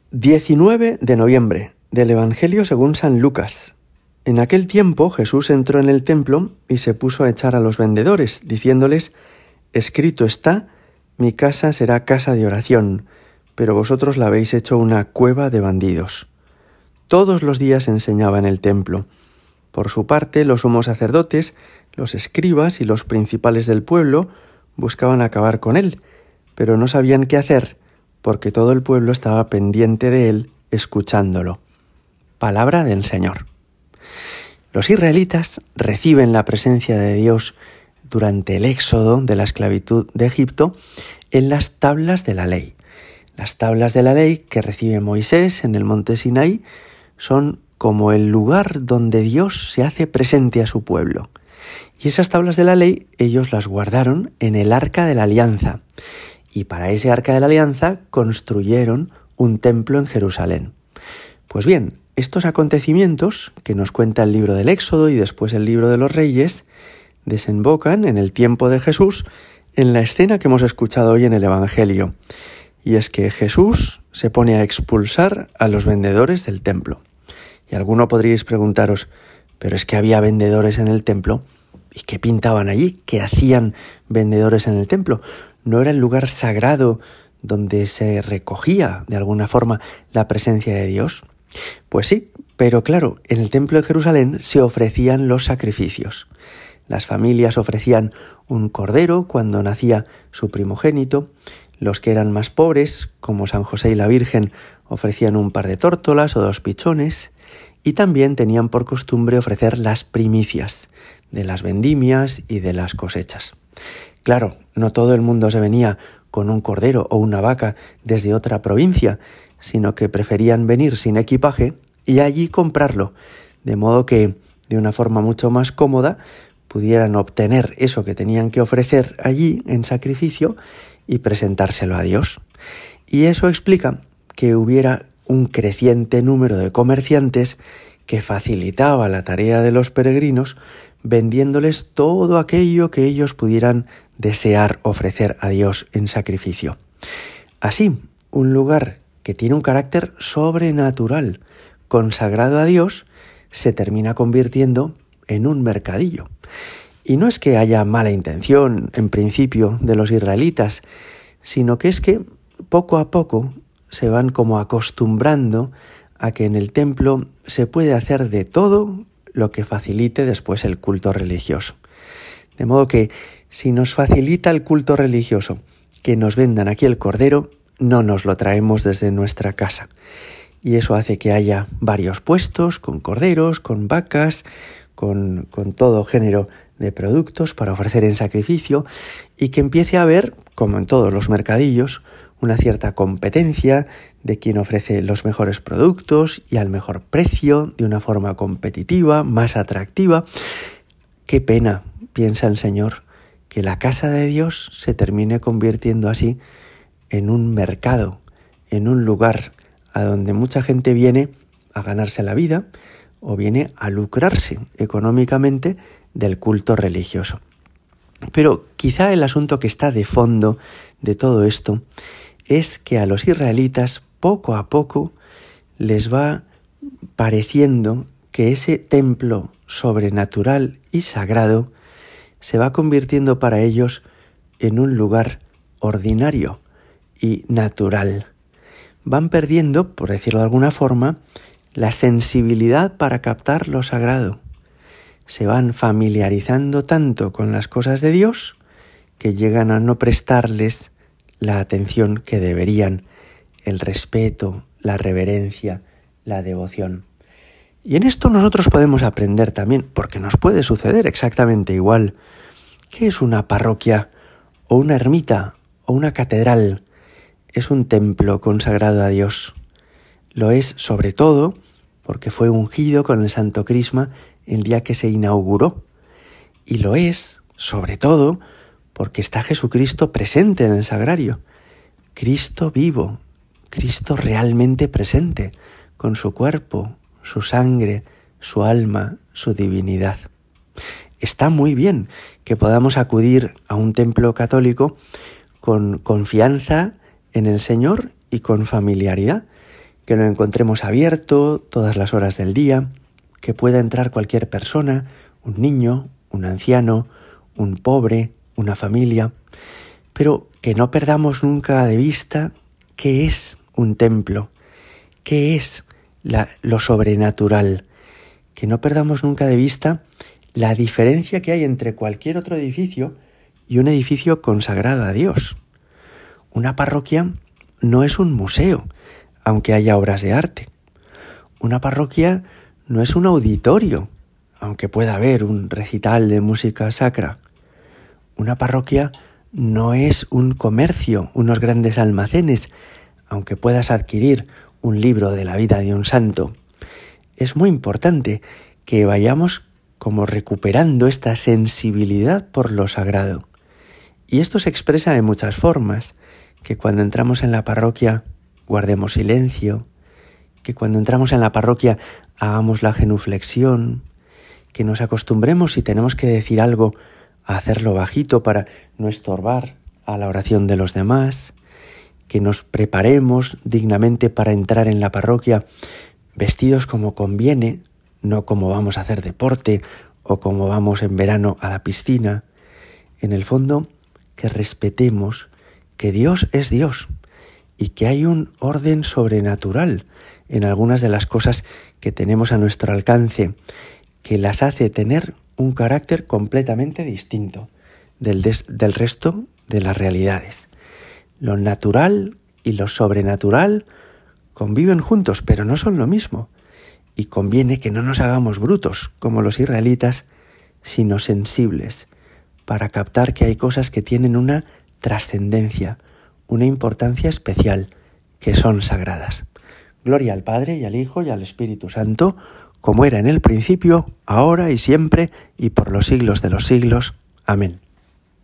19 de noviembre del Evangelio según San Lucas. En aquel tiempo Jesús entró en el templo y se puso a echar a los vendedores, diciéndoles: «Escrito está, mi casa será casa de oración, pero vosotros la habéis hecho una cueva de bandidos». Todos los días enseñaba en el templo. Por su parte, los sumos sacerdotes, los escribas y los principales del pueblo buscaban acabar con él, pero no sabían qué hacer, porque todo el pueblo estaba pendiente de él, escuchándolo. Palabra del Señor. Los israelitas reciben la presencia de Dios durante el éxodo de la esclavitud de Egipto en las tablas de la ley. Las tablas de la ley que recibe Moisés en el monte Sinaí son como el lugar donde Dios se hace presente a su pueblo. Y esas tablas de la ley ellos las guardaron en el Arca de la Alianza. Y para ese Arca de la Alianza construyeron un templo en Jerusalén. Pues bien, estos acontecimientos que nos cuenta el libro del Éxodo y después el libro de los Reyes desembocan en el tiempo de Jesús en la escena que hemos escuchado hoy en el Evangelio. Y es que Jesús se pone a expulsar a los vendedores del templo. Y alguno podríais preguntaros: ¿pero es que había vendedores en el templo? ¿Y qué pintaban allí? ¿Qué hacían vendedores en el templo? ¿No era el lugar sagrado donde se recogía de alguna forma la presencia de Dios? Pues sí, pero claro, en el templo de Jerusalén se ofrecían los sacrificios. Las familias ofrecían un cordero cuando nacía su primogénito. Los que eran más pobres, como San José y la Virgen, ofrecían un par de tórtolas o 2 pichones. Y también tenían por costumbre ofrecer las primicias de las vendimias y de las cosechas. Claro, no todo el mundo se venía con un cordero o una vaca desde otra provincia, sino que preferían venir sin equipaje y allí comprarlo, de modo que, de una forma mucho más cómoda, pudieran obtener eso que tenían que ofrecer allí en sacrificio y presentárselo a Dios. Y eso explica que hubiera un creciente número de comerciantes que facilitaba la tarea de los peregrinos, vendiéndoles todo aquello que ellos pudieran desear ofrecer a Dios en sacrificio. Así, un lugar que tiene un carácter sobrenatural, consagrado a Dios, se termina convirtiendo en un mercadillo. Y no es que haya mala intención, en principio, de los israelitas, sino que es que poco a poco se van como acostumbrando a que en el templo se puede hacer de todo lo que facilite después el culto religioso. De modo que si nos facilita el culto religioso que nos vendan aquí el cordero, no nos lo traemos desde nuestra casa. Y eso hace que haya varios puestos con corderos, con vacas, con todo género de productos para ofrecer en sacrificio, y que empiece a haber, como en todos los mercadillos, una cierta competencia de quien ofrece los mejores productos y al mejor precio, de una forma competitiva, más atractiva. Qué pena, piensa el Señor, que la casa de Dios se termine convirtiendo así en un mercado, en un lugar a donde mucha gente viene a ganarse la vida o viene a lucrarse económicamente del culto religioso. Pero quizá el asunto que está de fondo de todo esto es que a los israelitas poco a poco les va pareciendo que ese templo sobrenatural y sagrado se va convirtiendo para ellos en un lugar ordinario y natural. Van perdiendo, por decirlo de alguna forma, la sensibilidad para captar lo sagrado. Se van familiarizando tanto con las cosas de Dios que llegan a no prestarles la atención que deberían, el respeto, la reverencia, la devoción. Y en esto nosotros podemos aprender también, porque nos puede suceder exactamente igual. ¿Qué es una parroquia o una ermita o una catedral? Es un templo consagrado a Dios. Lo es sobre todo porque fue ungido con el Santo Crisma el día que se inauguró. Y lo es sobre todo porque está Jesucristo presente en el sagrario. Cristo vivo, Cristo realmente presente, con su cuerpo, su sangre, su alma, su divinidad. Está muy bien que podamos acudir a un templo católico con confianza en el Señor y con familiaridad. que lo encontremos abierto todas las horas del día, que pueda entrar cualquier persona, un niño, un anciano, un pobre, una familia, pero que no perdamos nunca de vista qué es un templo, qué es lo sobrenatural, que no perdamos nunca de vista la diferencia que hay entre cualquier otro edificio y un edificio consagrado a Dios. Una parroquia no es un museo, aunque haya obras de arte. Una parroquia no es un auditorio, aunque pueda haber un recital de música sacra. Una parroquia no es un comercio, unos grandes almacenes, aunque puedas adquirir un libro de la vida de un santo. Es muy importante que vayamos como recuperando esta sensibilidad por lo sagrado. Y esto se expresa de muchas formas, que cuando entramos en la parroquia guardemos silencio, que cuando entramos en la parroquia hagamos la genuflexión, que nos acostumbremos, si tenemos que decir algo, a hacerlo bajito para no estorbar a la oración de los demás, que nos preparemos dignamente para entrar en la parroquia vestidos como conviene, no como vamos a hacer deporte o como vamos en verano a la piscina. En el fondo, que respetemos que Dios es Dios y que hay un orden sobrenatural en algunas de las cosas que tenemos a nuestro alcance, que las hace tener un carácter completamente distinto del resto de las realidades. Lo natural y lo sobrenatural conviven juntos, pero no son lo mismo. Y conviene que no nos hagamos brutos, como los israelitas, sino sensibles, para captar que hay cosas que tienen una trascendencia, una importancia especial, que son sagradas. Gloria al Padre, y al Hijo, y al Espíritu Santo, como era en el principio, ahora y siempre, y por los siglos de los siglos. Amén.